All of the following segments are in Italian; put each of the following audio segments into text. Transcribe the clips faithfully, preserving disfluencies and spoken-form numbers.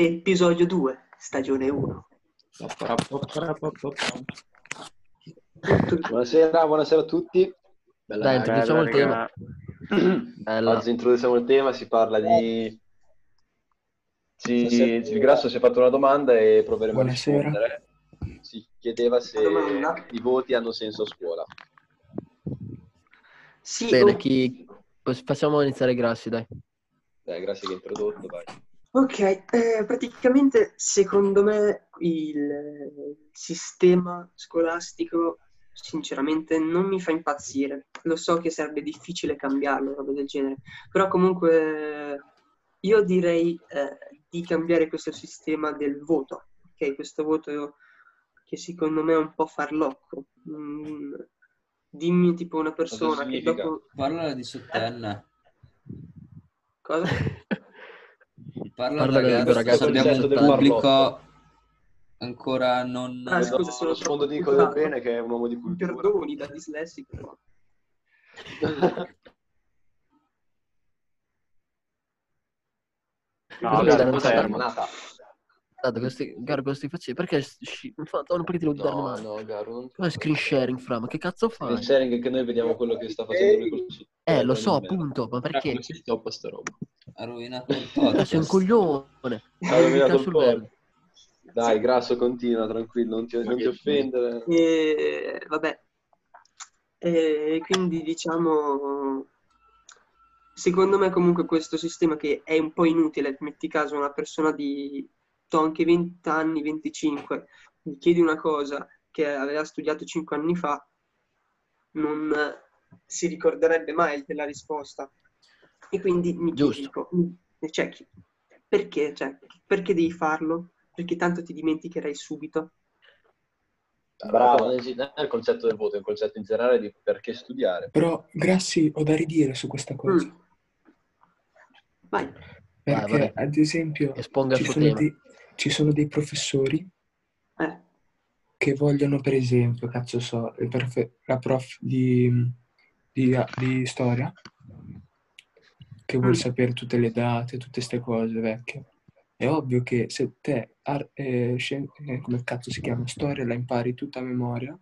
Episodio due, stagione uno. Buonasera, buonasera a tutti. Bella, Dai, introduciamo il tema. Bella. Oggi introduciamo il tema, si parla di... Si, il Grasso si è fatto una domanda e proveremo Buonasera. a rispondere. Si chiedeva se Domanda? i voti hanno senso a scuola. Sì, Bene, oh, chi... facciamo iniziare Grassi, dai. Dai, grazie che hai introdotto, vai. ok, eh, praticamente secondo me il sistema scolastico sinceramente non mi fa impazzire. Lo so che sarebbe difficile cambiarlo, roba del genere, però comunque io direi eh, di cambiare questo sistema del voto, ok? Questo voto che secondo me è un po' farlocco. Mm, dimmi tipo una persona che significa? dopo... Parla da diciottenne. Cosa? Parla, Parla da da- da ragazzo. ragazzo di Abbiamo un diciotto anni. pubblico ancora non... Ah, Vedo scusa, sono lo sfondo di troppo Nico Del culturato. Bene che è un uomo di Mi cultura. perdoni da dislessico, però. No, Quindi dai, la non risposta c'è è arma. nata. Guarda, questi, guarda, cosa stai facendo? Perché sci- Madonna, non perché ti devo darmi No, male? no, Garo, non Fai screen sharing, fra, ma che cazzo screen fai? sharing che noi vediamo quello che sta facendo lui col suo Eh, lo telefono so, di merda. appunto, ma perché? Come si stoppa sta roba? Ha rovinato il Ah, sei un podcast. coglione. Ha Non rovinato clicca il sul pod. verde. Dai, Grasso, continua, tranquillo, non ti, non ti offendere. E, vabbè, e quindi diciamo, secondo me comunque questo sistema che è un po' inutile, metti caso una persona di to, anche venti anni, venticinque, gli chiedi una cosa che aveva studiato cinque anni fa, non si ricorderebbe mai della risposta. E quindi mi Giusto. dico, cioè, chi- perché? Cioè, perché devi farlo? Perché tanto ti dimenticherai subito. Bravo, non è non è il concetto del voto, è il concetto in generale di perché studiare. Però, Grassi, ho da ridire su questa cosa. Mm. Vai. Perché, Vai, vai. ad esempio, Esponga il ci suo sono, tema. dei, ci sono dei professori Eh. che vogliono, per esempio, cazzo so, il prof- la prof di, di, di storia, che vuol Mm. sapere tutte le date, tutte queste cose vecchie. È ovvio che se te, ar- eh, scien- eh, come cazzo si chiama, storia, la impari tutta a memoria,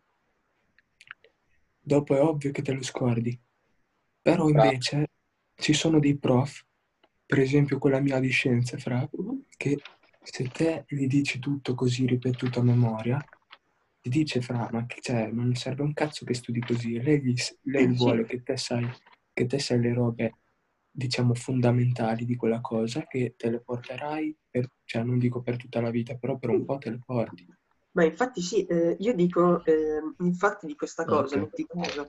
dopo è ovvio che te lo scordi. Però invece ci sono dei prof, per esempio quella mia di scienze, fra, che se te gli dici tutto così ripetuto a memoria, ti dice fra, ma che c'è, non serve un cazzo che studi così. E lei, gli- lei Sì. vuole che te sai, che te sai le robe, diciamo, fondamentali di quella cosa, che te le porterai, per, cioè non dico per tutta la vita, però per un po' te le porti. Ma infatti sì, eh, io dico, eh, infatti di questa cosa, Ok. metti caso,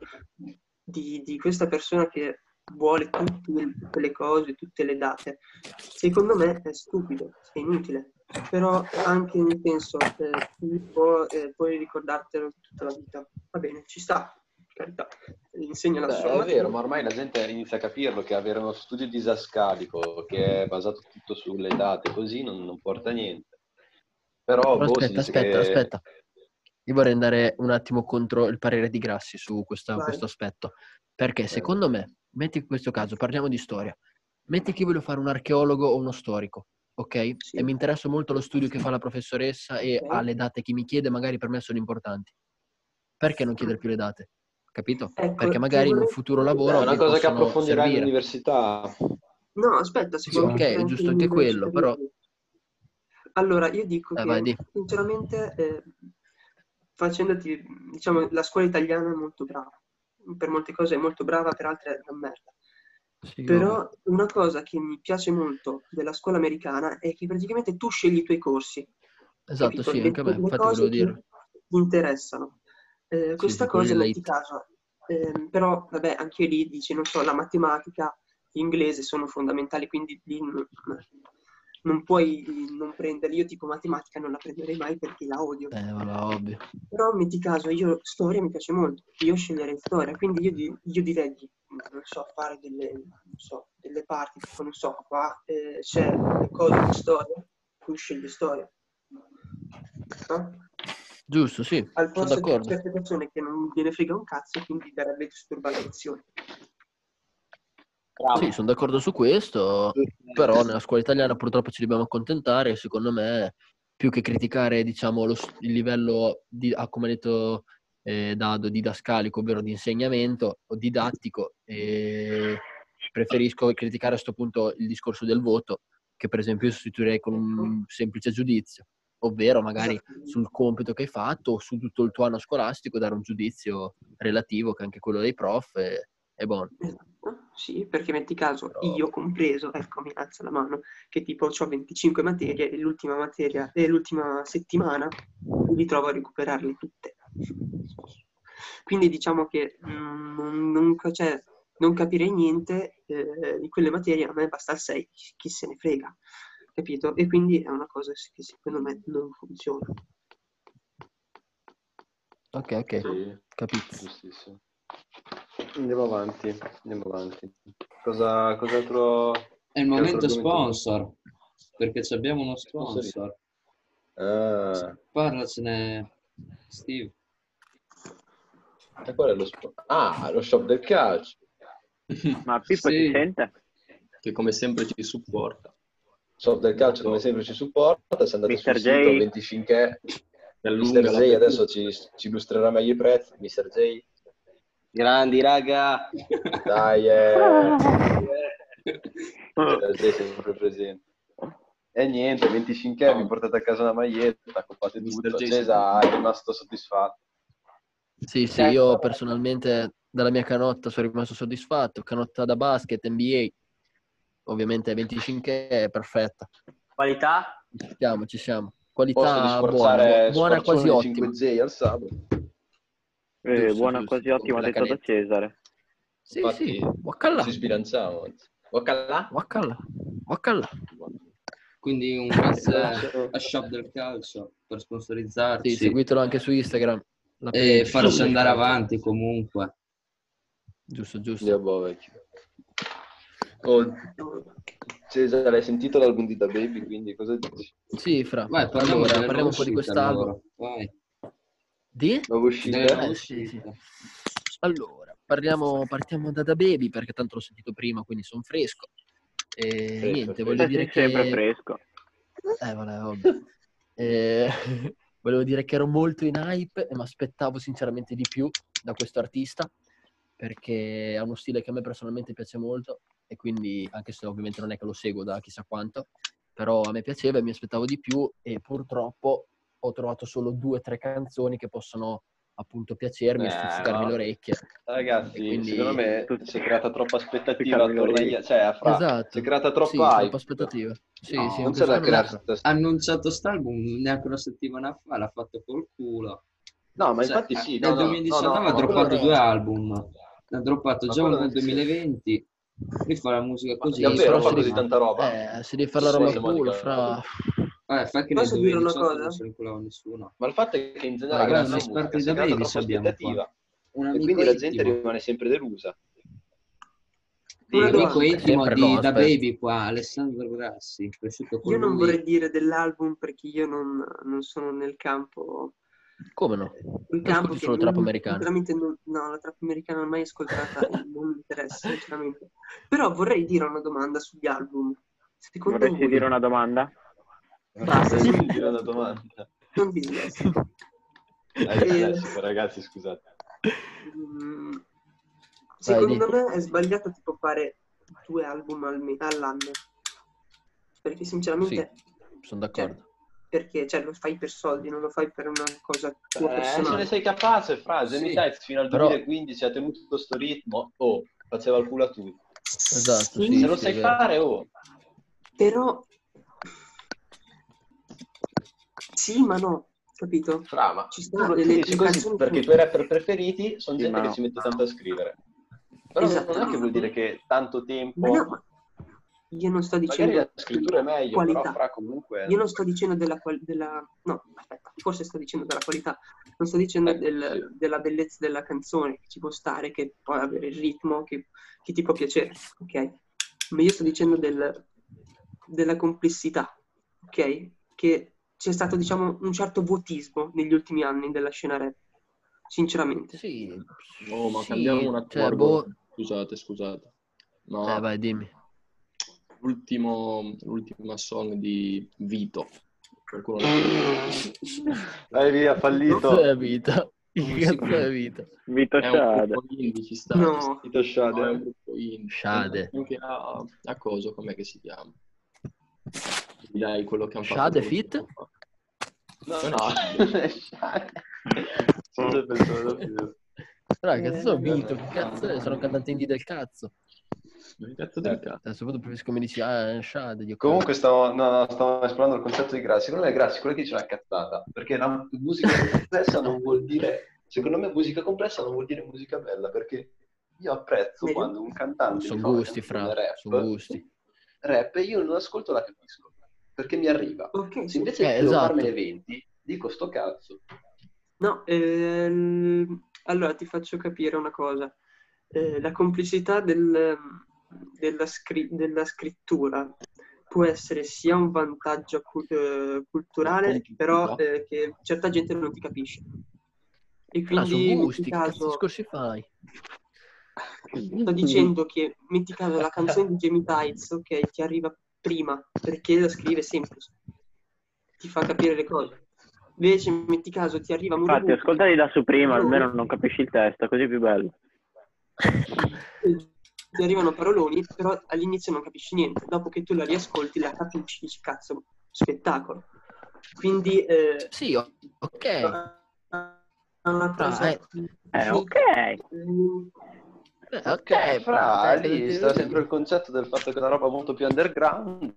di, di questa persona che vuole tutte le, tutte le cose, tutte le date, secondo me è stupido, è inutile, però anche nel senso, eh, tu può- eh, puoi ricordartelo tutta la vita, va bene, ci sta, per carità, insegna la Beh, sua è materia. vero, ma ormai la gente inizia a capirlo che avere uno studio disascalico che è basato tutto sulle date così non, non porta a niente. Però, Però boh, si aspetta, dice aspetta, che... aspetta. Io vorrei andare un attimo contro il parere di Grassi su questa- Vai. questo aspetto. Perché Eh, secondo me, metti in questo caso, parliamo di storia. Metti che io voglio fare un archeologo o uno storico, ok? Sì. E mi interessa molto lo studio che fa la professoressa e Ok. ha le date che mi chiede, magari per me sono importanti. Perché non chiedere più le date? Capito? Ecco, Perché ti magari in un vorrei- futuro è lavoro una mi cosa che possono approfondirai servire. all'università. No, aspetta, si può Esatto. chiedere Ok, anche giusto anche nelle quello, però... superiori. Allora, io dico Dai, vai, che di. sinceramente eh, facendoti, diciamo, la scuola italiana è molto brava, per molte cose è molto brava, per altre è una merda. Sì, ovvio. Però una cosa che mi piace molto della scuola americana è che praticamente tu scegli i tuoi corsi, Esatto, capito? sì, Le, anche a me, le infatti cose volevo che dire. ti interessano. Eh, Sì, questa sì, quelli cosa, metti late. caso, ehm, però vabbè, anche io lì dici, non so, la matematica, l'inglese sono fondamentali, quindi lì non, non puoi non prenderli. Io tipo matematica non la prenderei mai perché la odio. Eh, vabbè, ovvio. Però metti caso, io storia mi piace molto, io sceglierei storia, quindi io, di- io direi di, non so, fare delle, non so, delle parti, tipo, non so, qua eh, c'è le cose di storia, tu scegli storia. No? Giusto, sì, Al sono posto di d'accordo. certe persone che non gliene frega un cazzo, quindi darebbe disturba la lezione. Bravo. Sì, sono d'accordo su questo, però nella scuola italiana purtroppo ci dobbiamo accontentare. Secondo me, più che criticare, diciamo, lo s- il livello, di, ah, come ha detto eh, Dado, didascalico, ovvero di insegnamento o didattico, eh, preferisco criticare a questo punto il discorso del voto, che per esempio io sostituirei con un semplice giudizio, ovvero magari sul compito che hai fatto o su tutto il tuo anno scolastico dare un giudizio relativo, che è anche quello dei prof, e, è buono. Esatto, sì, perché metti caso, Però- io compreso, ecco, mi alzo la mano, che tipo ho venticinque materie e l'ultima materia e l'ultima settimana mi ritrovo a recuperarle tutte. Quindi diciamo che mm, non, non, cioè, non capirei niente eh, di quelle materie, a me basta il sei, chi se ne frega, capito? E quindi è una cosa che secondo me non funziona. Ok, ok, Sì, capito. giustissimo. Andiamo avanti, andiamo avanti. Cosa, cos'altro... È il che altro momento argomento? sponsor, perché ci abbiamo uno Sponsorito. sponsor. Ah, Parlacene, Steve. e qual è lo spo- Ah, lo shop del calcio. Ma Pippo Sì. ci sente? Che come sempre ci supporta. Shop del calcio come sempre ci supporta. Se andate mister sul sito J. venticinque Che mister allunga la J apertura. adesso ci, ci illustrerà meglio i prezzi. mister J, Grandi, raga. dai, eh. mister J sempre presente. E niente, venticinque vi portate a casa una maglietta, comprate mister tutto. J Cesa è rimasto soddisfatto. Sì, sì, io personalmente dalla mia canotta sono rimasto soddisfatto. Canotta da basket, N B A, ovviamente venticinque è perfetta. Qualità? Ci siamo, ci siamo. Posso Qualità buona, disforzare bu- buona quasi sforzone di ottima. cinque J al sabato. Eh, Giusto, buona, giusto. quasi ottima, ha Compri la detto da canetta. Cesare. Sì, Infatti sì, waccalla, ci sbilanciamo. anzi. Waccallà? waccalla, waccalla. Quindi un grazie Calcio. a Shop del Calcio per Sì, sponsorizzarci seguitelo anche su Instagram. La e page, farci Shop del andare Calcio. avanti comunque. Giusto, Dio giusto. boh, vecchio. Oh, Cesare, hai sentito l'album di Da Baby, quindi cosa dici? Sì, Fra. Vai, parliamo Allora, delle parliamo un nuove po' di uscite quest'album. allora. Vai. Di? Nuove uscite? Delle nuove Eh, sì, sì. uscite. Allora, parliamo, partiamo da Da Baby, perché tanto l'ho sentito prima, quindi sono fresco. E Fresco, niente, fresco. voglio Eh, dire sei sempre che... fresco. Eh, vabbè, ovvio. Eh, volevo dire che ero molto in hype e mi aspettavo sinceramente di più da questo artista, perché ha uno stile che a me personalmente piace molto, e quindi, anche se ovviamente non è che lo seguo da chissà quanto, però a me piaceva e mi aspettavo di più, e purtroppo ho trovato solo due o tre canzoni che possono appunto piacermi e Eh, stuzzicarmi ma- le orecchie. Ragazzi, E quindi- secondo me Tu- si è creata troppa aspettativa Stuzzicarmi le attorno agli... orecchie. Cioè, a Fra, Esatto. si è creata Sì, troppa troppa hype. aspettativa. Sì, No, sì, Non anche c'è da secondo me, creare... Fra. Ha annunciato st'album neanche una settimana fa, l'ha fatto col culo. No, ma Cioè, infatti sì. nel No, no, duemiladiciannove no, no, ha ma droppato quello- due album. Ne ha droppato Ma già quello uno nel nel- sì. duemilaventi. Lui fa la musica così. davvero, però fa se così devi- tanta roba? Eh, se devi fare la roba a Sì. culo, Fra... Vabbè, fa che nel Posso dire una duemiladiciotto cosa? non se ne inculava nessuno. Ma è che in Vai, generale grazie. nella Un esperto musica di si è Da creata Baby troppa abbiamo qua. aspettativa Un e amico quindi la gente intimo. rimane sempre delusa. Un Una amico domanda. intimo Sempre di no, Da aspetta. Baby qua, Alessandro Grassi, cresciuto con Io non lui. vorrei dire dell'album perché io non, non sono nel campo. Come no? Un Tu campo ascolti che solo non, trap americano. sinceramente non, no, la trap americana non l'ho mai ascoltata e non mi interessa, sinceramente. Però vorrei dire una domanda sugli album. Secondo Vorresti voi, dire una domanda? basta, Vorrei non, dire una domanda. non dislessico. È dislessico, ragazzi, scusate. Mm, Vai, secondo di. me è sbagliato tipo fare due album al me- all'anno. Perché sinceramente, Sono cioè, d'accordo. perché cioè, lo fai per soldi, non lo fai per una cosa tua Eh, se ne personale. sei capace, Fra, Jamie Sì. Tights fino al Però- duemilaquindici ha tenuto sto ritmo, oh, faceva il culo a tutti. Esatto, Sì, sì, Se lo sì, sai è vero. fare, oh, Però sì, ma no, capito? Fra, ma Ci tu, sta, lo- le- tu le- dici le così canzoni perché i sono- tuoi rapper preferiti sono Sì, gente ma che no. ci mette tanto a scrivere. Però non è che Esattamente. vuol dire che tanto Ma tempo... no, ma io non sto Magari dicendo la scrittura è meglio, qualità. però Fra comunque... Io non sto dicendo della, qual- della... No, aspetta, forse sto dicendo della qualità. Non sto dicendo Ecco, del- sì. della bellezza della canzone, che ci può stare, che può avere il ritmo, che, che ti può piacere, ok? Ma io sto dicendo del- della complessità, ok? Che c'è stato, diciamo, un certo vuotismo negli ultimi anni della scena rap, sinceramente. Sì, Oh, ma sì, cambiamo un attimo cioè, boh, argomento. Scusate, scusate. No, Eh, vai, dimmi. l'ultimo, l'ultima song di Vito. Qualcuno lo conosce? Dai via, Cazzo fallito. è vita? Che Come si cazzo è vita? Vito È un Shade. gruppo indie, ci sta. No. ci sta. Vito Shade. No, è un gruppo indie. Shade. Anche a, a coso, com'è che si chiama? Dai, quello che hanno fatto. Shade poco Fit? tempo fa. No, Non no. è Shade. Scusa, pensavo davvero. Raga, cazzo sono Vito, che cazzo è? Sono cantante indie del cazzo. Ma che cazzo del Eh. cazzo? Adesso poi preferisco come dici, ah, è Shade, io Comunque stavo, no, no, stavo esplorando il concetto di Grassi. Secondo me Grassi quello che dice una cazzata, perché la musica complessa non vuol dire, secondo me musica complessa non vuol dire musica bella, perché io apprezzo Vedi? quando un cantante Sono mi fa una gusti, canzone fra, rap, sono gusti. rap e io non ascolto la capisco, perché mi arriva. Ok, Se sì. invece Eh, devo esatto. farmene venti, dico sto cazzo. No, ehm, allora ti faccio capire una cosa. Eh, la complessità del- della, scri- della scrittura può essere sia un vantaggio cu- eh, culturale, però eh, che certa gente non ti capisce. E Fra, sono quindi metti gusti, che cazzo di caso, discorsi fai? sto dicendo che metti caso la canzone di Jamie Tights, ok, ti arriva prima perché la scrive semplice, ti fa capire le cose. Invece metti caso ti arriva Infatti, Murubu, ascoltali da su prima, paroloni, almeno non capisci il testo, così è più bello. ti arrivano paroloni, però all'inizio non capisci niente. Dopo che tu la riascolti, la capisci, dici cazzo, spettacolo. Quindi eh, Sì, o- ok. è una Fra, cosa. eh, Eh, ok. Mm, eh, Ok, ok, fra, fra, cioè, lì cosa ti sta devo sempre dire? il concetto del fatto che è una roba molto più underground.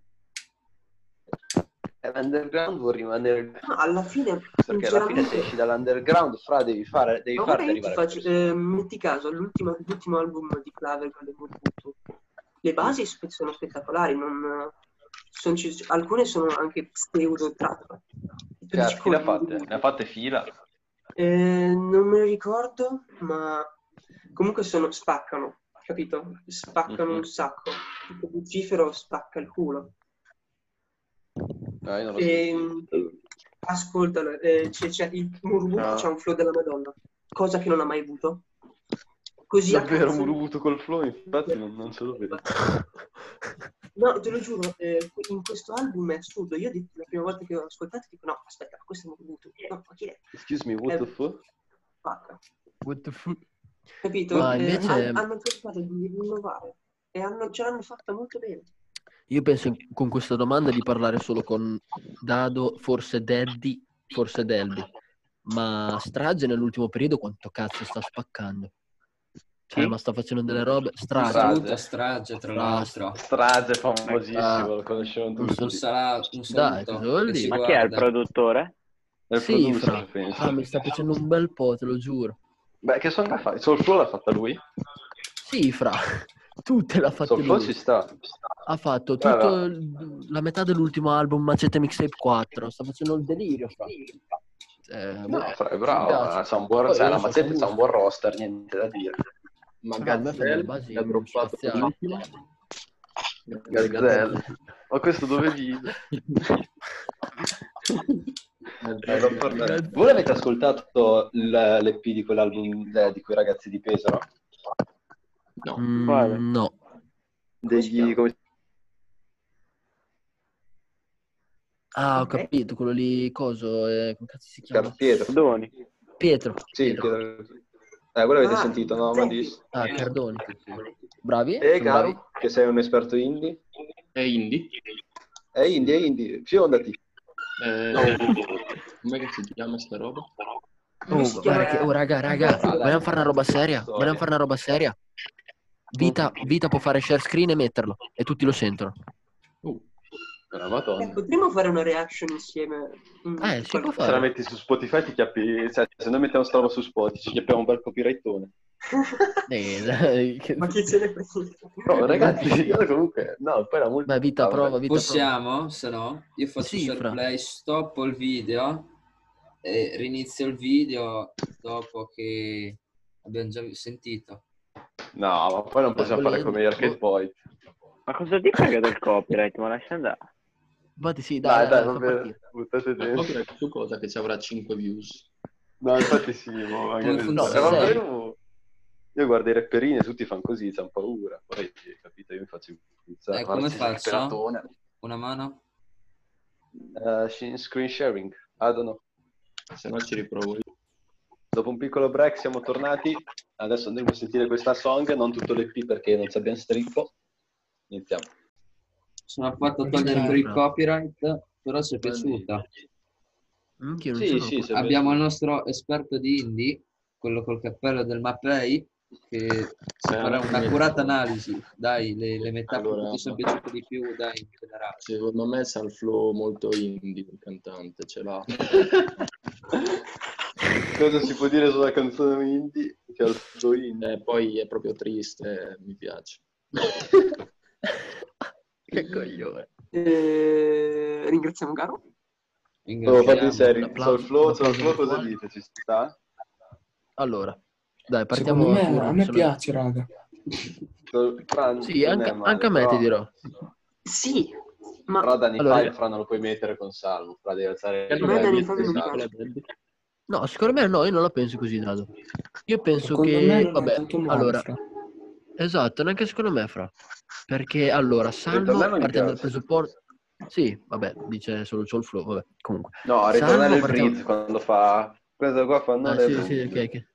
E l'underground vuol rimanere... no, alla fine, Perché alla fine se sinceramente, esci dall'underground, fra, devi, fare, devi ma guarda, farti io ti arrivare faccio, le persone. eh, metti caso, l'ultimo, l'ultimo album di Claver, quello di Mobutu, le basi spe- sono spettacolari, non, sono ci- alcune sono anche pseudo trap. Tu dici Cazzo, chi le ha come fatte? Ne ha fatte fila. Eh, non me lo ricordo, ma comunque sono, spaccano, capito? Spaccano Mhm. un sacco. Tipo Lucifero spacca il culo. No, io non lo E, sento. ascoltalo, eh, c'è, c'è il Murubutu No. c'ha un flow della Madonna, cosa che non ha mai avuto. Così a Davvero, cazzo. Murubutu col flow, infatti non, non ce lo vedo. No, te lo giuro, eh, in questo album è assurdo. Io di- la prima volta che l'ho ascoltato dico no, aspetta, ma questo è Murubutu. No, ma chi è? Excuse me, what the Eh, fuck? spacca. What the fuck? Capito? Ma Eh, invece- han- hanno cercato di innovare e hanno, ce l'hanno fatta molto bene. Io penso in- con questa domanda di parlare solo con Dado, forse Daddy, forse Delby. Ma Strage nell'ultimo periodo quanto cazzo sta spaccando? Cioè, Chi? ma sta facendo delle robe... Un Strage. saluto a Strage, tra Fra- l'altro. Strage famosissimo, Ah, lo conoscevano un tutti. Un, sala- un Dai, saluto cosa vuol che dire? ci Ma chi è il guarda. produttore? È il Sì, producer, fra. penso. Ah, mi sta piacendo un bel po', te lo giuro. Beh, che song ha fatto? Soul Flow l'ha fatta lui? Sì, fra. Tutte l'ha fatte Soul Flow lui. ci sta. Ha fatto Guarda. tutto il- la metà dell'ultimo album Macete Mixtape quattro. Sta facendo il delirio, fra. Eh, No, boh, fra, è mi bravo, piace. eh, c'ha un buon, Poi cioè, io la lo so, Mazzette sono c'ha un gusti. buon roster, niente da dire. Ma Ah, a me fanno le Gazelle basi ha droppato spaziali. l'ultimo. Gazelle. Ma questo dove vive? Eh, l'ho parlato. Voi avete ascoltato l- l'E P di quell'album eh, di quei ragazzi di Pesaro? No. Mm, Quale? no. Come si Degli... chiama? Come... Ah, ho Ok. capito, quello lì, coso, eh, come cazzo si chiama? Pietro. Doni. Pietro. Sì, Pietro. Pietro. Eh, quello avete Ah, sentito, no? Zeppi. Madis? Ah, Cardoni. Bravi? E Sono bravi? caro, che sei un esperto indie? È indie? È indie, è indie. Fiondati. Eh, com'è che si chiama sta roba? Come si Oh, chiama? guarda che, oh, raga, raga, Ah, dai, vogliamo fare una roba seria? storia. Vogliamo fare una roba seria? Vita, Vita può fare share screen e metterlo, e tutti lo sentono. Uh, Una Eh, madonna. potremmo fare una reaction insieme. Mm, Eh, si può Se la fare. metti su Spotify ti chiappi, cioè se noi mettiamo sta roba su Spotify ci chiappiamo un bel copyrightone. Eh, dai, che- Ma chi se ne frega? No, ragazzi, io comunque, no, poi la multa... Beh, Vita, Ah, vabbè. prova, Vita, prova. Possiamo? Se no, io faccio Sì, share fra. play, stoppo il video e rinizio il video dopo che abbiamo già sentito. No, ma poi non possiamo Beh, fare come gli Arcade boh. Boy. Ma cosa ti frega del copyright? Ma lascia andare. Infatti sì, Dai, dai, dai, dai, va fa bene, partire. buttate ma dentro. copyright su cosa che ci avrà cinque views? No, infatti sì, ma magari... Come funziona? Eh, va bene, sei. comunque. Io guardo i rapperini e tutti fanno così, c'hanno paura. Poi, capito, io mi faccio Eh, utilizzare. come Guarda, faccio? peratone. Una mano? Uh, screen sharing, I don't know. Se no ci riprovo io. Dopo un piccolo break siamo tornati. Adesso andremo a sentire questa song, non tutto l'E P perché non ci abbiamo strippo. Iniziamo. Sono fatto Non togliere c'è. per il copyright, però ci è piaciuta. Minchia, non Sì, c'ero sì, ancora. se Abbiamo il pensi- nostro esperto di indie, quello col cappello del Mapei, che ci Eh, farà non un'accurata vedo. analisi. Dai, le, le metafore Allora, che ti sono piaciute di più, dai, in generale. secondo me c'ha il flow molto indie il cantante, ce l'ha. Cosa si può dire sulla canzone indie? Che ha il flow indie. Eh, poi è proprio triste, mi piace. Che coglione. Eh, ringraziamo Garo. Oh, fatti in Ringraziamo. serio, Un applauso- sul flow, un sul applauso flow cosa virtuale. dite? Ci sta? Allora, dai, partiamo Secondo me, pure. a me sono- piace, raga. Sul- Fran, Sì, non anche, è male, anche a me però- ti dirò. Sì, ma Però Danny Allora, Five, io- Fra, non lo puoi mettere con Salmo, Fra, devi alzare Eh, il a me vabbè, Danny livello Five di non Salmo. piace. No, secondo me no, io non la penso così, Dado. Io penso Secondo che, me non è vabbè, tanto male, allora, fra. esatto, neanche secondo me, Fra. Perché, allora, Salmo, ritornello mi partendo dal piace. presupposto... Sì, vabbè, dice solo c'ho il flow, vabbè, comunque. No, a Salmo, ritornare il partiamo- Breeze quando fa... Questo qua fa non Ah, è sì, sì, ok, ok.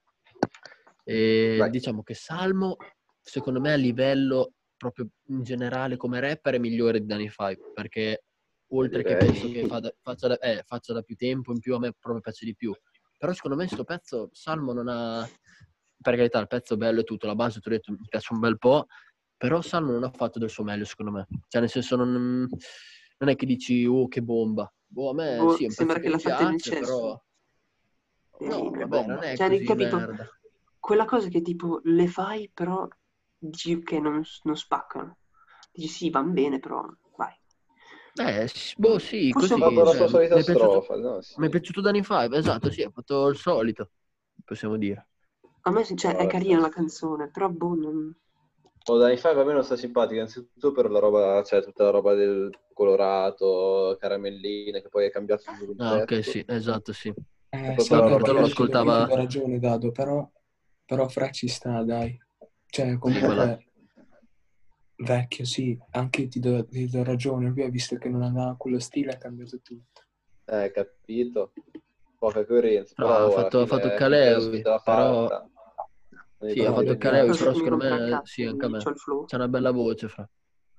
E Vai. diciamo che Salmo, secondo me, a livello proprio in generale come rapper è migliore di Danny Five, perché oltre che Direi. penso che fa da, faccia, da, eh, faccia da più tempo, in più a me proprio piace di più. Però secondo me sto pezzo, Salmo non ha... Per carità, il pezzo è bello e tutto, la base, ti ho detto, mi piace un bel po', però Salmo non ha fatto del suo meglio, secondo me. Cioè, nel senso, non, non è che dici, oh, che bomba. Boh, a me Boh, sì, è un sembra pezzo che che l'ha mi fatta nel piace, però... No, Terribile. vabbè, non è Cioè, così capito? merda. Quella cosa che tipo le fai, però dici che non, non spaccano. Dici sì, van bene, però vai. Eh, s- boh, sì, Forse un così, po' Dopo la così. cioè, sua solita mi è piaciuto, strofa, no? Sì. mi è piaciuto Danny Five, esatto, sì, ha fatto il solito, possiamo dire. A me cioè, è Vabbè, carina sì. la canzone, però boh, non... Oh, Danny Five a me non sta simpatica, innanzitutto per la roba, cioè tutta la roba del colorato, caramelline, che poi è cambiato tutto il Ah, ok, pezzo. sì, esatto, sì. Eh, poi sai quella Vabbè, roba perché però che- io te do- io ti l'ascoltava... do ragione, Dado, però, però fra ci sta, dai. Cioè, Sì, quella... comunque, vecchio, sì, anche ti do, ti do ragione. Lui ha visto che non aveva quello stile, ha cambiato tutto. Eh, capito? Poca coerenza, No, però ha oh, alla fatto, ha fatto fine finché la Kalewi, te l'ha però... fatta. ogni Sì, ha tanto fatto mi Però, Kalewi, piace. Cosa però che mi secondo romperà il me, cazzo, sì, anche a me. c'ho il flow. C'è una bella voce, fra.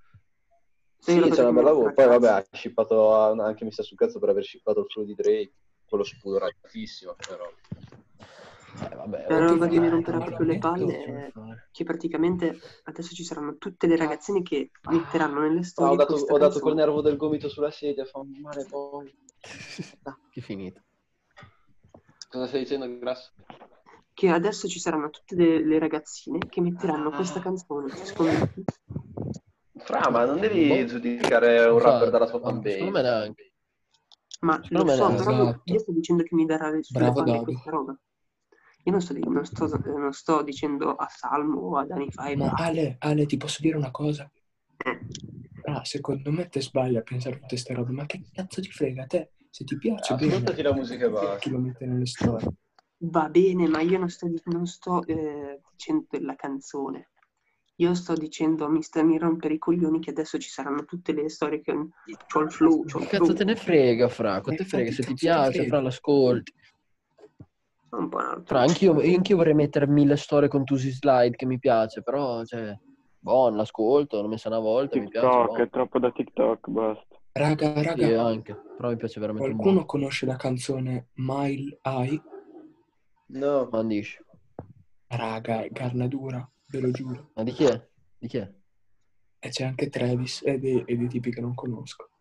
Sai Sì, la c'è cosa una che mi bella romperà voce. il Poi cazzo? vabbè, ha shippato, ha- anche mi sta sul cazzo per aver shippato il flow di Drake, quello spudoratissimo, però. Eh, vabbè, La oh, roba che mi dai, romperà tanto proprio le detto, palle che vuoi è fare? che praticamente adesso ci saranno tutte le ragazzine che metteranno nelle Ah, ho storie dato, questa ho dato col canzone. nervo del gomito sulla sedia, fa male poi. Che finito. Cosa stai dicendo, Grasso? Che adesso ci saranno tutte le, le ragazzine che metteranno questa canzone, secondo me. Fra, ma non devi Boh. giudicare un rapper Infatti, dalla sua secondo me fanbase. neanche. Ma Secondo lo me so, neanche. però Esatto. io sto dicendo che mi darà le- sulle Bravo, palle Dado. questa roba. Io non sto, di- non sto, eh, non sto dicendo a Salmo o a Danny Five. Ma Ale, Ale, ti posso dire una cosa? Eh, Ah, secondo me te sbagli a pensare a tutte queste robe, ma che cazzo ti frega a te? Se ti piace, bene. Ascoltati la musica e basta. Chi lo mette nelle storie? va bene, ma io non sto, di- non sto eh, dicendo della canzone. Io sto dicendo a mister mi rompere i coglioni che adesso ci saranno tutte le storie che c'ho il flow, c'ho Che il cazzo flow. te ne frega, fra? Cosa te Infatti, frega? Se ti cazzo ti piace, frega? fra, l'ascolti. Sono un po' una Fra, anch'io, anch'io vorrei mettere mille storie con Tusi Slide che mi piace, però, cioè, buono, l'ascolto, l'ho messa una volta, mi piace, TikTok, buono. è troppo da TikTok, basta. Raga, Sì, raga, anche, però mi piace veramente un qualcuno po'. conosce la canzone Mile High? No. Mandisci. Raga, è carne dura, ve lo giuro. Ma di chi è? Di chi è? E c'è anche Travis e dei, e dei tipi che non conosco.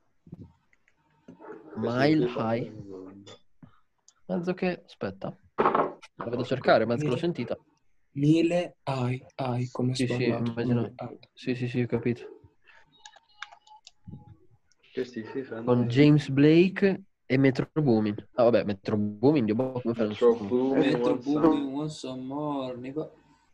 Mile High. Mezzo che... Aspetta. La vado a cercare, mezzo che l'ho sentita. Mile High, High, come Sì, sì, sbagliato. immagino. Mile High. Sì, sì, sì, ho capito. Questi sì, fanno... Con James Blake e Metro Boomin. Ah, vabbè, Metro Boomin, Dio, boh, come fai a non Metro so- Boomin, Metro one song. Boomin, one some more, nigga.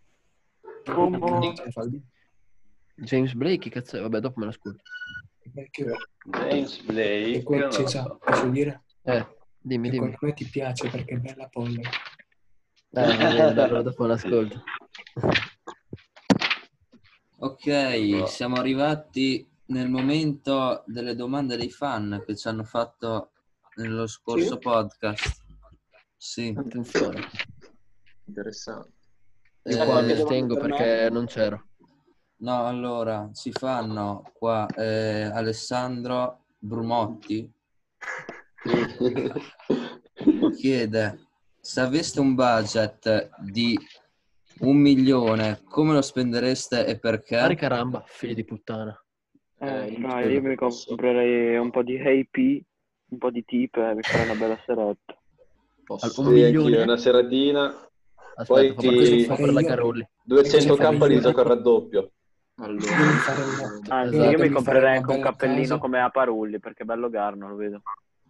Cioè, Faldi? James Blake, che cazzo è? Vabbè, dopo me l'ascolto. Vecchio. James Blake, E que- non lo Cesa, so. posso dire? Eh, dimmi, dimmi. Secondo me ti piace perché è bella polla. Eh, va bene, dai, allora dopo me l'ascolto. Ok, siamo arrivati nel momento delle domande dei fan che ci hanno fatto nello scorso Sì? podcast. Sì. Attenzione. Interessante. Io Eh, qua mi qualche domanda astengo per me? perché non c'ero. No, allora, ci fanno qua eh, Alessandro Brumotti chiede: se aveste un budget di un milione, come lo spendereste e perché? Mari caramba, figli di puttana. Eh, Eh, fra, quello io mi posso. comprerei un po' di A P, un po' di tip e mi farei una bella serata. Posso. Al- un Sì, anch'io, milione? una seratina, Aspetta, poi fa Sai cosa partire, fa farei per la io? Carolli. duecento Sai cosa k farei li io? gioco al raddoppio. Allora, Io mi farei una... Anzi, Esatto. io mi mi farei comprerei una anche un bella cappellino casa. come a Parulli, perché è bello Garno, lo vedo.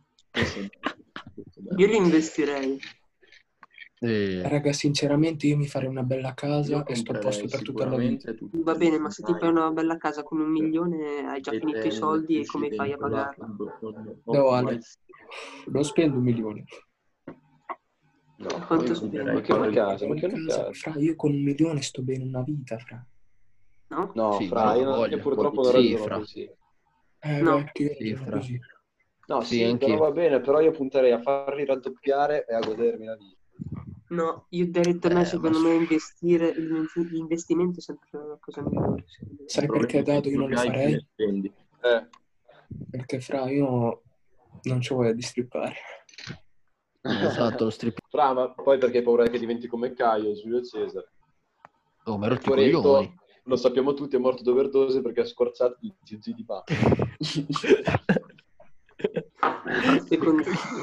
Io li investirei. Eh, Raga, sinceramente io mi farei una bella io casa e sto a posto comprerei per tutta la vita. sicuramente tutte Va le bene, ma se ti fai Nike, una bella casa con un milione hai già le finito i ten soldi e come uscite fai in a pagarla? collab con No, Ale, Off-White. non spendo un milione. No, Quanto io spendi? Ma comprerei che una poi casa, ma Una che una casa, casa? fra, io con un milione sto bene una vita, fra. No? No, sì, fra, no, io, non- voglio. io purtroppo non Sì, ragiono fra. così. Eh, No. beh, che io Sì, ragiono fra. così. No, Sì, sì, però anch'io. va bene, però io punterei a farli raddoppiare e a godermi la vita. No, io detto a me, Eh, ma secondo s- me investire, l'investimento è sempre la cosa migliore. secondo me. il Sai problema perché, è che Dado, io non non lo ne hai più ne farei? spendi. Eh. Perché, fra, io non ci voglio di strippare. esatto, lo strip. Fra, ma poi perché hai paura che diventi come Caio, Giulio Cesare? Oh, ma Il rotti i coglioni. Coretto, lo sappiamo tutti, è morto d'overdose perché ha scorzato tutti i zizi di papà. Secondo,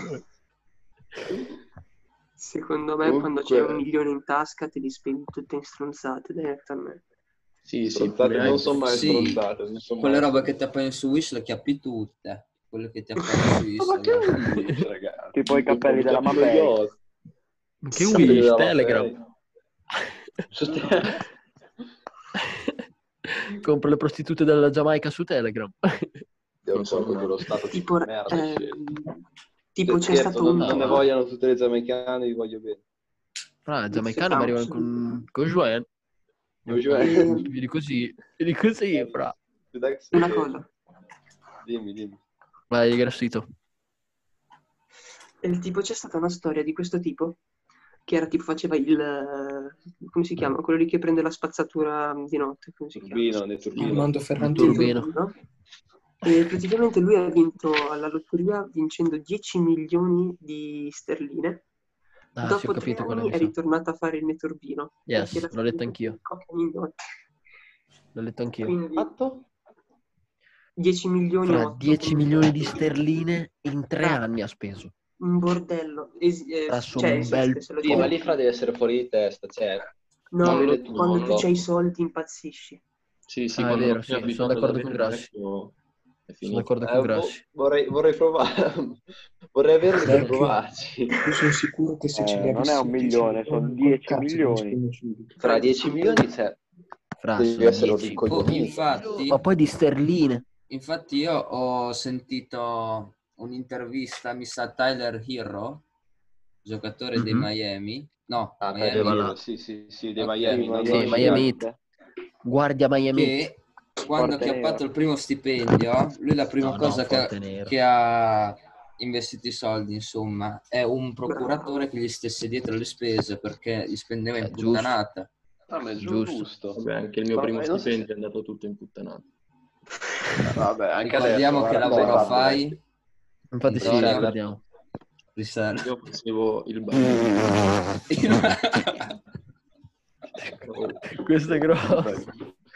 secondo me, quando c'è un Comunque, milione in tasca, te li spendi tutte in stronzate, detto a me. Sì, sì, stronzate ne hai non sono mai Sì, stronzate. Non son quelle mai robe che stronzate. ti appaiono su Wish le chiappi tutte. Quelle che ti appaiono su Ma che Instagram. Wish, ragazzi? Tipo i cappelli della Compri lo Mapei. yacht. Ma che Cappelli Wish? della Telegram. Maffei. Su te- Compro le prostitute della Giamaica su Telegram. Dio, Non so porco, mai. quello stato di Tipo, merda hai ehm, scelto. tipo c'è Scherzo, stato non, un... non ne No, vogliono tutte le giamaicane, vi voglio bene. Fra, giamaicane Facciamo- mi arrivano con, con Joanne. Io, cioè, Ehm, Più di così. Più di così, fra. dai, sì, una sì. cosa, Dimmi, dimmi. Vai, grassito. eh, tipo c'è stata una storia di questo tipo che era tipo faceva il... eh, come si chiama? Quello lì che prende la spazzatura di notte, come si chiama? Turbino, nel turbino. Armando Il Ferrantino. turbino. Turbino. E praticamente lui ha vinto alla lotteria vincendo dieci milioni di sterline. Ah, sì, ho Dopo tre capito quale anni mi è sa. ritornato a fare il neturbino. Yes, perché era l'ho letto stato anch'io. coca milioni. L'ho letto anch'io. Quindi Fatto? dieci milioni Fra o otto. dieci milioni di sterline in tre Fra- anni ha speso. Un bordello. Es- eh, Fra, sono cioè un esiste, bel se lo Sì, ma trovi. lì fra deve essere fuori di testa, cioè... No, va bene tutto. quando tu no. c'hai i soldi impazzisci. Sì, sì, Ah, è quando vero, non sei sì, sono abituato ad d'accordo avere con il Grassi. vecchio, è Sono finito. d'accordo Eh, con vo- Grassi. vorrei, vorrei provare. vorrei averli per Vecchio. provarci. Io sono sicuro che se ce Eh, li non è avessi un dieci milione, sono col dieci cazzo che li milioni. spendo subito. Fra dieci milioni c'è... Fra, devi sono essere un dieci. Oh, rincoglionito. infatti, Ma poi di sterline. infatti io ho sentito un'intervista, mi sa Tyler Hero, giocatore dei Mhm. Miami. No, Ah, Miami. Deva là. Tyler, sì, sì, sì, dei Ok. Miami. Sì, non Sì, dello Miami Chicago. Heat. Guardia Miami Heat. Che quando ha Forte chiappato nero. il primo stipendio, lui la prima No, no, cosa un che, forte nero. che ha investito i soldi, insomma, è un procuratore che gli stesse dietro le spese perché gli spendeva in Eh, giusto. puttanata. Ah, ma è Giusto. giusto. Vabbè, anche il mio Ma- primo ma non so se- stipendio è andato tutto in puttanata. Vabbè, anche Ricordiamo adesso, che guarda, cosa hai lavoro fatto, fai? vecchio? Infatti sì, Antonio? ricordiamo. Riserva. Io facevo il bagno. Questo è grosso.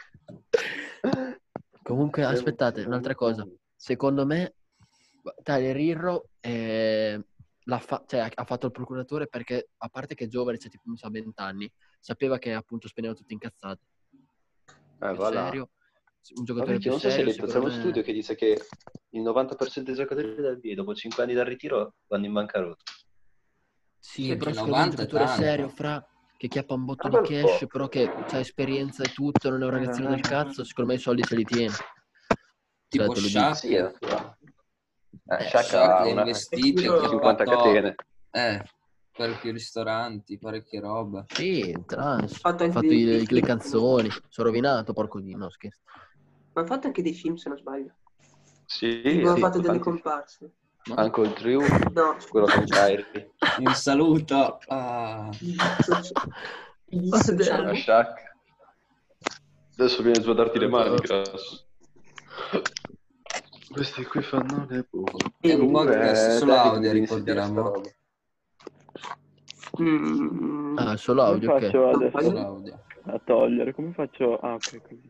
Comunque, aspettate, un'altra cosa. Secondo me, Tyler Hero eh, l'ha fa- cioè, ha fatto il procuratore perché, a parte che è giovane, c'è tipo, non so, venti anni, sapeva che appunto spendeva tutte incazzate. Eh, Più voilà. serio, un Ma giocatore vecchio, più non so se hai serio, letto, c'è secondo uno me... studio che dice che il novanta per cento dei giocatori della N B A dopo cinque anni dal ritiro vanno in bancarotta. Sì, Sì, però che secondo me un novanta è giocatore tanto. serio, fra, che chiappa un botto Un di bel cash, po'. però che ha esperienza e tutto, non è un ragazzino del cazzo, secondo me i soldi se li tiene. Tipo Cioè, te lo dico. Shaq. Sì, eh. Eh, Eh, Shaq Shaq ha li ha una investiti, ha Io- cinquanta chiappato... catene. Eh, parecchi ristoranti, parecchie robe. Sì, trans. Ha fatto Ho anche fatto dei, i- dei le film. canzoni. Sono rovinato, porco di no, scherzo. Ma ha fatto anche dei film, se non sbaglio. Sì, Tipo, ha sì, fatto delle tanti- comparse. Anche il Drew, No, quello con Kyrie, Un saluto a... mi dissociamo. a Shaq. Adesso viene giù a darti le mani, grasso. Questi qui fanno le buone. È un Comunque, podcast Eh, solo dai, che audio, mi devi insegnare sta ricordiamo. roba. mm, Ah, solo Come audio, ok. faccio non adesso Solo voglio- audio. a togliere? Come faccio? Ah, ok, così.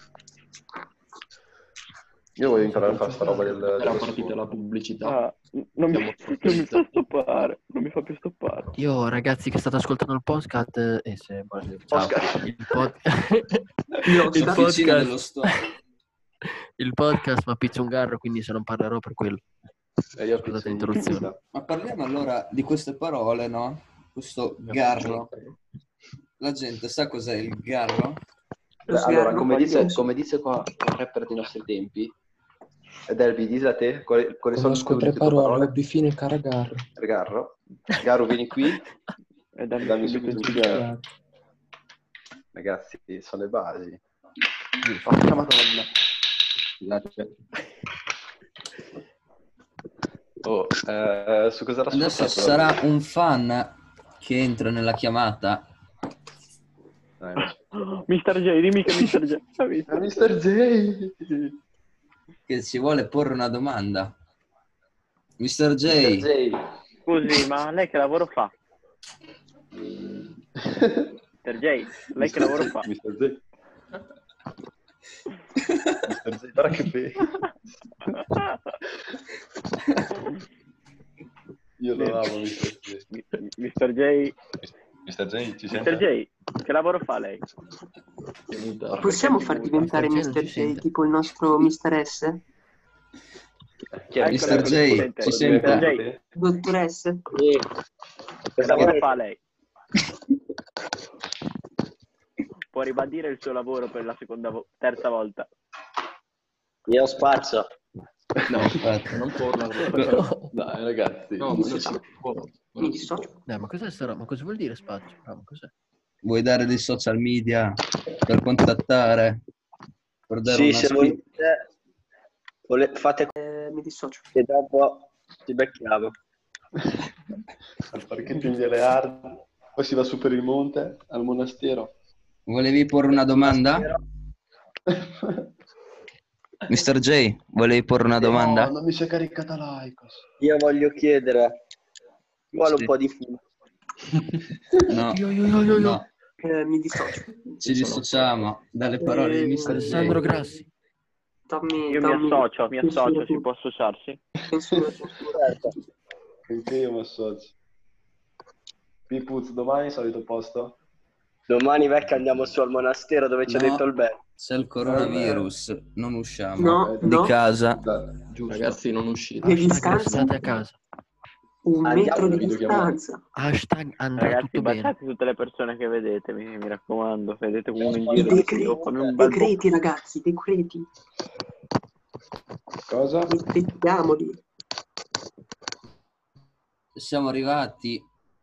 Io voglio imparare a fare sta roba del... Era dello partita scudo. la pubblicità. Ah, n- non, mi, Siamo non mi fa stoppare, non mi fa più stoppare. Io, ragazzi che state ascoltando il podcast, eh, e se ciao, Podcast. il, pod... Io, il L'officina dello podcast, store. il podcast ma pizzo un garro, quindi se non parlerò per quello. E io Scusate pizzo l'interruzione. Ma parliamo allora di queste parole, no? Questo garro. La gente sa cos'è il garro? Beh, allora, sgarro, come poi dice, penso- come dice qua un rapper dei nostri tempi, Derby, disi a te, quali, quali sono Conosco le tre tue parole, parole? hobby fine caragarro. Garro. Garro, vieni qui. E dammi, Dammi subito subito il un cigarro. Ragazzi, sono le basi. Porca madonna. Scusate. Oh, eh, su cosa era Adesso spostato? sarà un fan che entra nella chiamata. Dai, ma- mister J, dimmi che mister J. Ah, mister Eh, mister J. Che ci vuole porre una domanda. mister J, mister J. Scusi, ma lei che lavoro fa? mister J, lei che lavoro fa? mister J. mister J, guarda che bello. Io lo amo, mister J. Mi- mister J, mister J, ci mister sente? J, che lavoro fa lei? Possiamo far diventare mister J non mister ci J sente. tipo il nostro mister S? Chi è mister Ecco, J, ecco, sente. ci sente? mister J, Dottoressa? che lavoro fa lei? Può ribadire il suo lavoro per la seconda vo- terza volta. Io spazio. No, Aspetta. non porla. No. Dai, ragazzi. No, Mi ma dissocio. non può. Mi dissocio. Eh, ma cos'è sta roba? Ma cosa vuol dire spazio? Ah, ma cos'è? Vuoi dare dei social media per contattare? Per dare Sì, una se spi- volete, vole- fate Eh, mi dissocio. che dopo ti becchiamo. Al parcheggio delle armi. Poi si va su per il monte, al monastero. Volevi porre una domanda? mister J, volevi porre una domanda? No, non mi si è caricata l'Aicos. Io voglio chiedere, ci vuole Sì. un po' di fumo. No, Io, io, io, io, io. no, Eh, mi dissocio. ci dissociamo dalle parole di Eh, mister Alessandro J. Grassi. Dammi, Io mi dammi- associo, mi penso associo, tu. si può associarsi? Penso una postura. Certo. Anche io mi associo. Pipuz, domani solito posto? Domani vecchio andiamo su al monastero dove c'è No. dentro il bel. C'è il coronavirus, non usciamo No, di no. casa. Dai. Giusto. Ragazzi, non uscite. Le Hashtag distanze? restate a casa. Un Andiamo metro di alla videochiamata. distanza. Hashtag andrà Ragazzi, tutto bene. baciate tutte le persone che vedete, mi, mi raccomando. Se vedete uno in I giro, decreti, fammi un bel decreti ragazzi, decreti. Cosa? Decretiamoli. Siamo arrivati.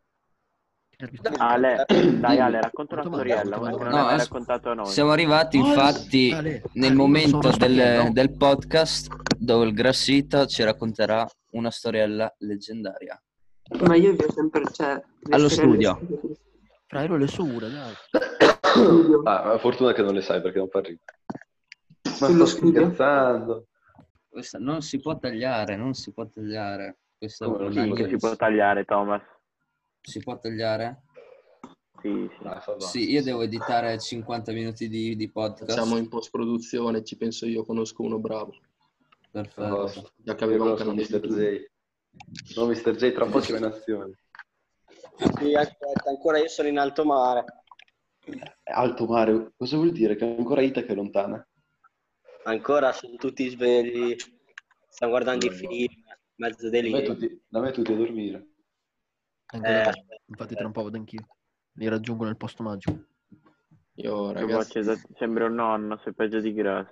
Ale, dai Ale, racconta una Domanda, storiella, una che non No, hai mai as- raccontato a noi. Siamo arrivati infatti Ale, nel Ale, io momento sono del, storiella. del podcast dove il Grassita ci racconterà una storiella leggendaria. Ma io vi ho sempre, cioè, le Allo sorelle- studio. Fra io le sure, dai. Studio. Ah, fortuna che non le sai perché non parli. Ma Sullo sto studio? scherzando. Questa non si può tagliare, non si può tagliare. Questa Come è non una si Sì, può che si può tagliare, Thomas. Si può tagliare? Sì, sì. Dai, fa va. Sì, io devo editare cinquanta minuti di, di podcast. Siamo in post-produzione, ci penso io, conosco uno bravo. Perfetto. Basta. Già che Io aveva un conosco canale mister YouTube. J. No, mister J, tra un po' ci va in azione. Sì, aspetta, ancora io sono in alto mare. Alto mare, cosa vuol dire? Che ancora Itaca è lontana? Ancora sono tutti svegli, stiamo guardando i film, mezzo Da me delirio. tutti, da me tutti a dormire. Anche Eh, da me. aspetta, Infatti tra un po' vado anch'io. Li raggiungo nel posto magico. Io, Che ragazzi, voce, sembri un nonno, sei peggio di grasso.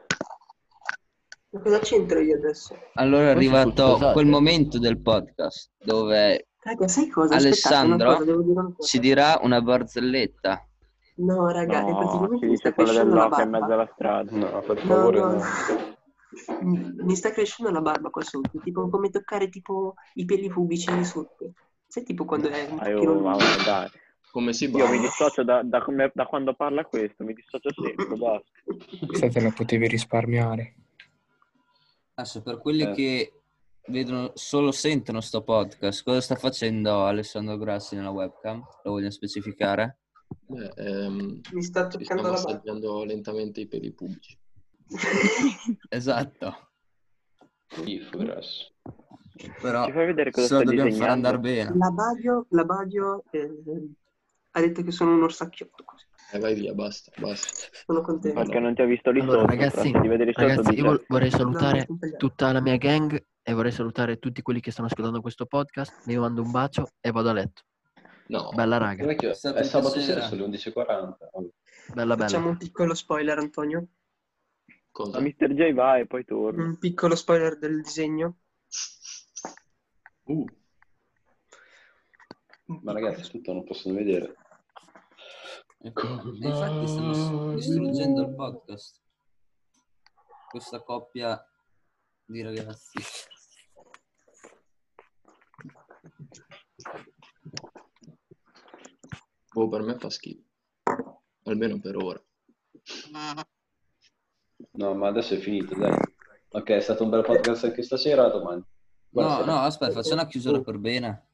Ma cosa c'entro io adesso? Allora è Poi si sul arrivato sposate. quel momento del podcast dove Raga, sai cosa? Aspettate, una Alessandro cosa, devo dire una cosa. si dirà una barzelletta. No, raga, è No, praticamente si mi sta dice quella crescendo la dell'oca in mezzo barba. alla strada. No, per No, favore no, no. no. Mi sta crescendo la barba qua sotto, tipo come toccare tipo i peli pubici lì sotto. Sai tipo quando è un Dai, pochino oh, lungo? vabbè, dai. Come si Io mi balla? dissocio da, da, come- da quando parla questo, mi dissocio sempre, basta. Questa te la potevi risparmiare. Adesso per quelli Eh. che vedono, solo sentono sto podcast, cosa sta facendo Alessandro Grassi nella webcam? Lo voglio specificare? Beh, ehm, Mi sta si sta toccando la barba. massaggiando lentamente i peli pubblici. Esatto. Schifo, grasso. Però Ci fai vedere cosa se lo stai dobbiamo far disegnando? andare bene. La Badio, la Badio eh, ha detto che sono un orsacchiotto così. Eh, vai via, basta, basta. Sono contento. Perché non ti ha visto lì Allora, sotto, ragazzi, però se ti vedi lì sotto ragazzi, dice... io vol- vorrei No, salutare no, non tutta la mia gang e vorrei salutare tutti quelli che stanno ascoltando questo podcast. Vi mando un bacio e vado a letto. No, Bella raga, Vecchio, È stato è un sabato piacere. sera, sono le undici e quaranta. bella Facciamo bella. un piccolo spoiler, Antonio. cosa? A mister J vai e poi torna. Un piccolo spoiler del disegno. Uh, Un Ma piccolo ragazzi, tutto non possono vedere. E infatti stanno s- distruggendo il podcast. Questa coppia di ragazzi. boh, per me fa schifo. Almeno per ora. No, ma adesso è finito, dai. Ok, è stato un bel podcast anche stasera, a domani. No, Buonasera. no, aspetta, facciamo una chiusura per bene.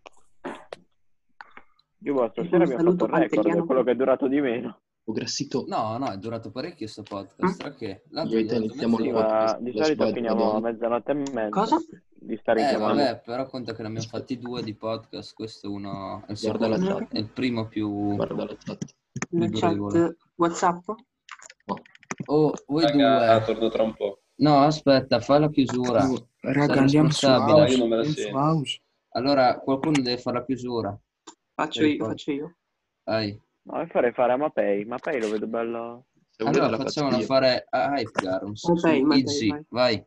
Io boh, Un stasera abbiamo saluto fatto il record, pantelliano. è quello che è durato di meno. Oh, grassito, No, no, è durato parecchio sto podcast. Tra che l'altro io è e te durato iniziamo Sì, il mezz'ora. ma podcast. di La solito squadra finiamo a donna. mezzanotte e mezza Cosa? di stare Eh, chiamando. vabbè, però conta che ne abbiamo fatti due di podcast. Questo è uno, è il Guarda la secondo, chat. è il primo più, Guarda la chat. più La durevole. chat WhatsApp? No. Oh, voi Raga, due. torno tra un po'. No, aspetta, fai la chiusura. Oh, raga, Sei andiamo su responsabile. No, io House. non me la Andiamo su sento. House. Allora, qualcuno deve fare la chiusura. Faccio io, faccio io. Vai. No, io farei fare a Mapei. Mapei lo vedo bello... Se volete Allora la faccio facciamolo io. fare a Hypecar, un su Mapei, Mapei, Easy. vai. Vai.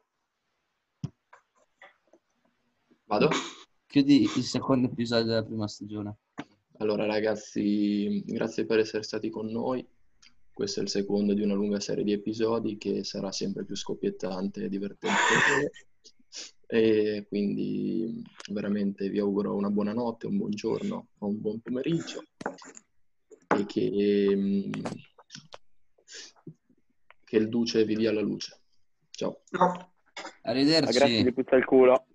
Vado? Chiudi il secondo episodio della prima stagione. Allora ragazzi, grazie per essere stati con noi. Questo è il secondo di una lunga serie di episodi che sarà sempre più scoppiettante e divertente. E quindi veramente vi auguro una buona notte, un buon giorno o un buon pomeriggio e che, che il Duce vi dia la luce. Ciao. No. A grazie Arrivederci. di puzza il culo.